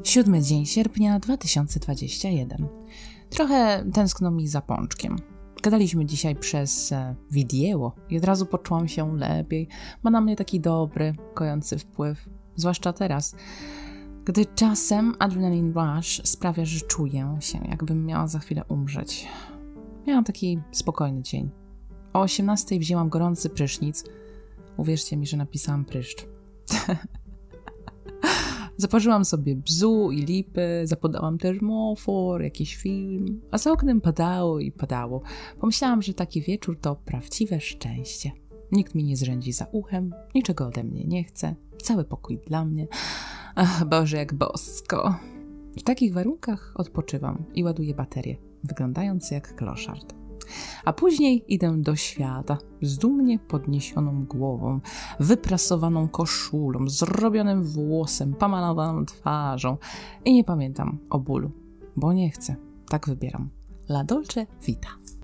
7 dzień sierpnia 2021. Trochę tęskno mi za pączkiem. Gadaliśmy dzisiaj przez wideo i od razu poczułam się lepiej. Ma na mnie taki dobry, kojący wpływ. Zwłaszcza teraz, gdy czasem adrenaline rush sprawia, że czuję się, jakbym miała za chwilę umrzeć. Miałam taki spokojny dzień. O 18:00 wzięłam gorący prysznic. Uwierzcie mi, że napisałam pryszcz. Zaparzyłam sobie bzu i lipy, zapodałam termofor, jakiś film, a za oknem padało i padało. Pomyślałam, że taki wieczór to prawdziwe szczęście. Nikt mi nie zrzędzi za uchem, niczego ode mnie nie chce, cały pokój dla mnie. Ach, Boże, jak bosko. W takich warunkach odpoczywam i ładuję baterię, wyglądając jak kloszard. A później idę do świata z dumnie podniesioną głową, wyprasowaną koszulą, zrobionym włosem, pomalowaną twarzą i nie pamiętam o bólu, bo nie chcę. Tak wybieram. La dolce vita.